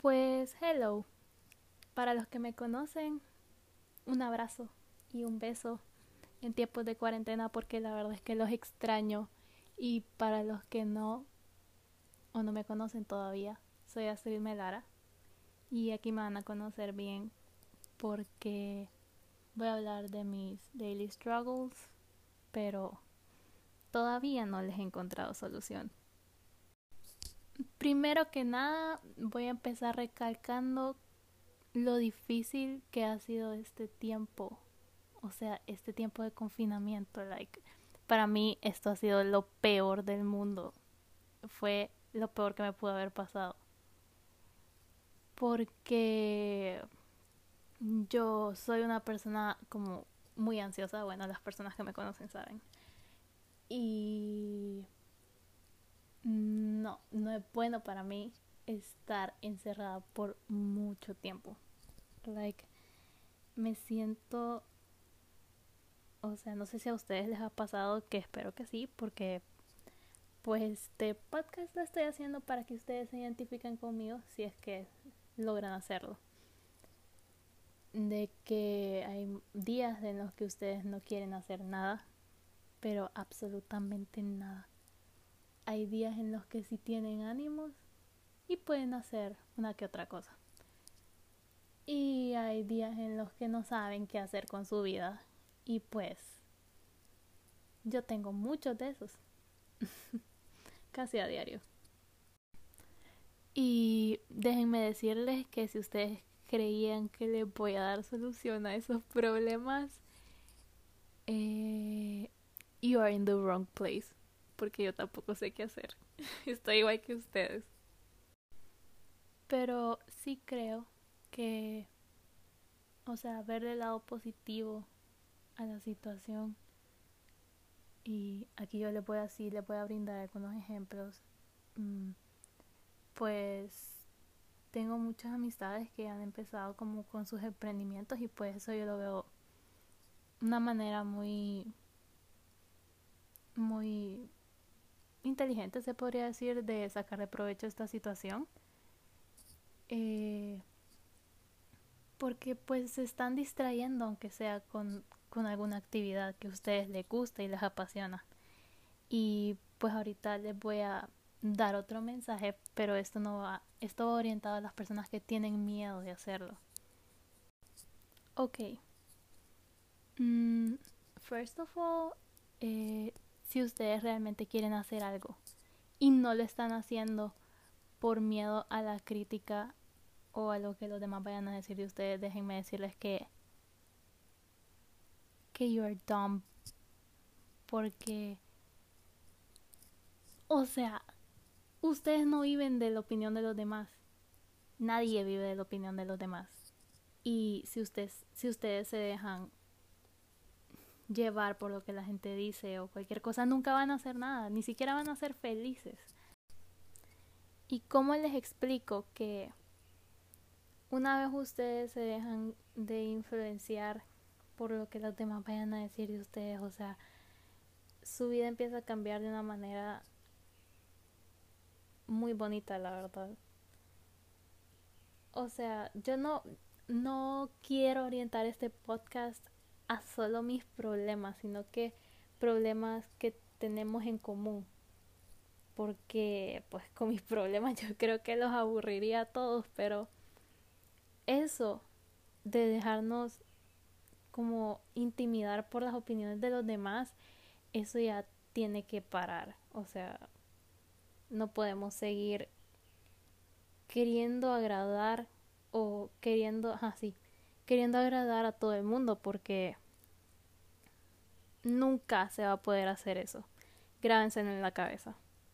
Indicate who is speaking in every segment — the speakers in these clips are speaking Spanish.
Speaker 1: Pues hello, para los que me conocen, un abrazo y un beso en tiempos de cuarentena porque la verdad es que los extraño. Y para los que no o no me conocen todavía, soy Astrid Melara y aquí me van a conocer bien porque voy a hablar de mis daily struggles, pero todavía no les he encontrado solución. Primero que nada, voy a empezar recalcando lo difícil que ha sido este tiempo, o sea, este tiempo de confinamiento. Para mí esto ha sido lo peor del mundo, fue lo peor que me pudo haber pasado, porque yo soy una persona como muy ansiosa, bueno, las personas que me conocen saben, y no es bueno para mí estar encerrada por mucho tiempo. Like, me siento, o sea, no sé si a ustedes les ha pasado, que espero que sí, porque pues este podcast lo estoy haciendo para que ustedes se identifiquen conmigo si es que logran hacerlo. De que hay días en los que ustedes no quieren hacer nada, pero absolutamente nada. Hay días en los que sí tienen ánimos y pueden hacer una que otra cosa. Y hay días en los que no saben qué hacer con su vida. Y pues yo tengo muchos de esos, casi a diario. Y déjenme decirles que si ustedes creían que les voy a dar solución a esos problemas, you are in the wrong place. Porque yo tampoco sé qué hacer. Estoy igual que ustedes. Pero sí creo que, o sea, ver el lado positivo a la situación. Y aquí yo les voy a brindar algunos ejemplos. Mm, Pues tengo muchas amistades que han empezado como con sus emprendimientos y pues eso yo lo veo una manera muy inteligente, se podría decir, de sacar de provecho esta situación. Eh, Porque pues se están distrayendo, aunque sea con alguna actividad que a ustedes les gusta y les apasiona. Y pues ahorita les voy a dar otro mensaje, pero esto va orientado a las personas que tienen miedo de hacerlo. Ok. Mm, First of all, si ustedes realmente quieren hacer algo y no lo están haciendo por miedo a la crítica o a lo que los demás vayan a decir de ustedes, déjenme decirles que you are dumb. Porque, o sea, ustedes no viven de la opinión de los demás. Nadie vive de la opinión de los demás. Y si ustedes se dejan llevar por lo que la gente dice o cualquier cosa, nunca van a hacer nada, ni siquiera van a ser felices. ¿Y cómo les explico que una vez ustedes se dejan de influenciar por lo que los demás vayan a decir de ustedes, o sea, su vida empieza a cambiar de una manera muy bonita, la verdad? O sea, yo no quiero orientar este podcast a solo mis problemas, sino que problemas que tenemos en común. Porque pues con mis problemas yo creo que los aburriría a todos, pero eso de dejarnos como intimidar por las opiniones de los demás, eso ya tiene que parar. O sea, no podemos seguir queriendo agradar o queriendo agradar a todo el mundo porque nunca se va a poder hacer eso. Grábenselo en la cabeza.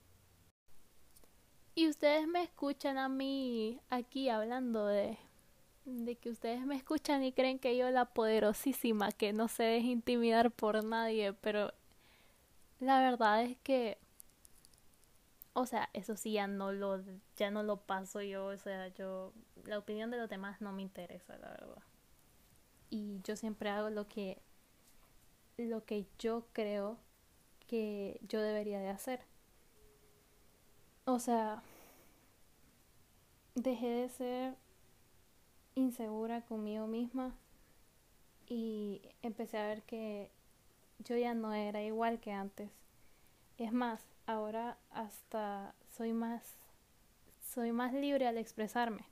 Speaker 1: Y ustedes me escuchan a mí aquí hablando de que ustedes me escuchan y creen que yo la poderosísima, que no se deje intimidar por nadie, pero la verdad es que, o sea, eso sí ya no lo paso yo, o sea, la opinión de los demás no me interesa, la verdad. Y yo siempre hago lo que yo creo que yo debería de hacer. O sea, dejé de ser insegura conmigo misma y empecé a ver que yo ya no era igual que antes. Es más, ahora hasta soy más libre al expresarme.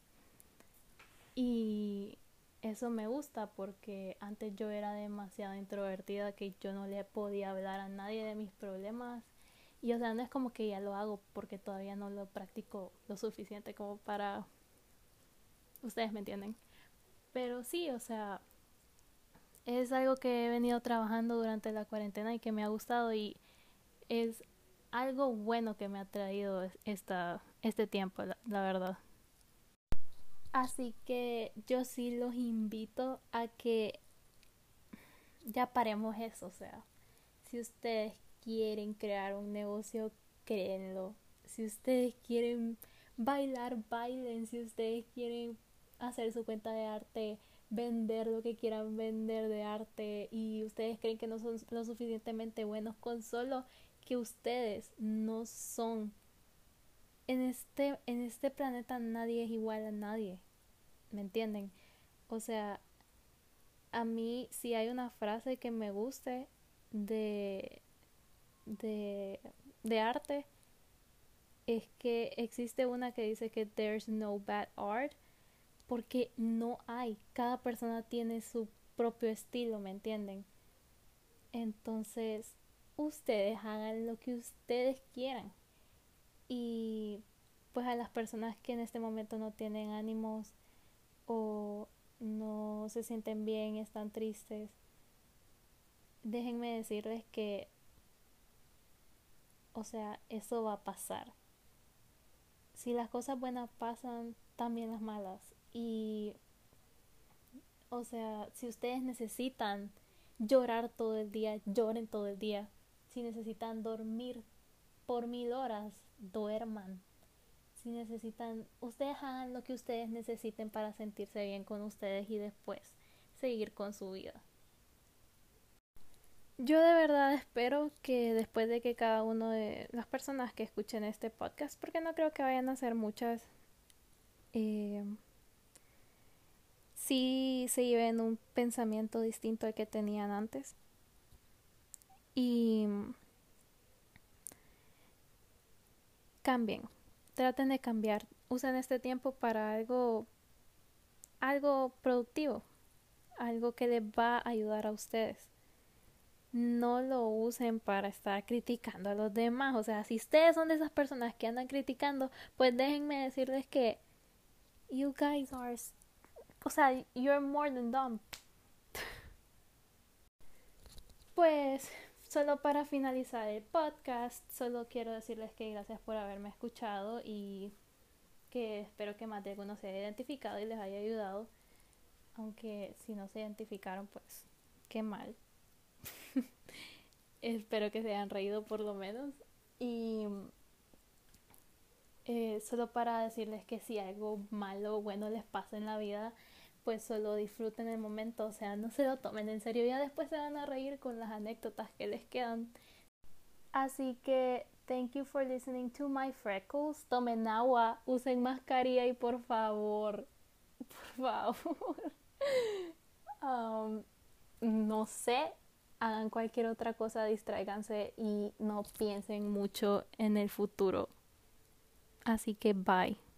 Speaker 1: Y eso me gusta porque antes yo era demasiado introvertida que yo no le podía hablar a nadie de mis problemas. Y o sea, no es como que ya lo hago porque todavía no lo practico lo suficiente como para... Ustedes me entienden. Pero sí, o sea, es algo que he venido trabajando durante la cuarentena y que me ha gustado y es algo bueno que me ha traído este tiempo, la verdad. Así que yo sí los invito a que ya paremos eso, o sea, si ustedes quieren crear un negocio, créenlo. Si ustedes quieren bailar, bailen. Si ustedes quieren hacer su cuenta de arte, vender lo que quieran vender de arte y ustedes creen que no son lo suficientemente buenos con solo que ustedes no son. En este planeta nadie es igual a nadie, ¿me entienden? O sea, a mí si hay una frase que me guste de, de, de arte, es que existe una que dice que there's no bad art, porque no hay, cada persona tiene su propio estilo, ¿me entienden? Entonces, ustedes hagan lo que ustedes quieran y pues a las personas que en este momento no tienen ánimos o no se sienten bien, están tristes, déjenme decirles que, o sea, eso va a pasar. Si las cosas buenas pasan, también las malas. Y, o sea, si ustedes necesitan llorar todo el día, lloren todo el día. Si necesitan dormir por 1000 horas, duerman. Si necesitan, ustedes hagan lo que ustedes necesiten para sentirse bien con ustedes y después seguir con su vida. Yo de verdad espero que después de que cada uno de las personas que escuchen este podcast, porque no creo que vayan a ser muchas, eh, sí se lleven un pensamiento distinto al que tenían antes y cambien, traten de cambiar, usen este tiempo para algo productivo, algo que les va a ayudar a ustedes. No lo usen para estar criticando a los demás. O sea, si ustedes son de esas personas que andan criticando, pues déjenme decirles que you guys are, o sea, you're more than dumb. Pues solo para finalizar el podcast, solo quiero decirles que gracias por haberme escuchado y que espero que más de alguno se haya identificado y les haya ayudado. Aunque si no se identificaron, pues qué mal. Espero que se hayan reído por lo menos. Y solo para decirles que si algo malo o bueno les pasa en la vida, pues solo disfruten el momento, o sea, no se lo tomen en serio, ya después se van a reír con las anécdotas que les quedan. Así que, thank you for listening to my freckles. Tomen agua, usen mascarilla y por favor, um, no sé, hagan cualquier otra cosa, distráiganse y no piensen mucho en el futuro. Así que, bye.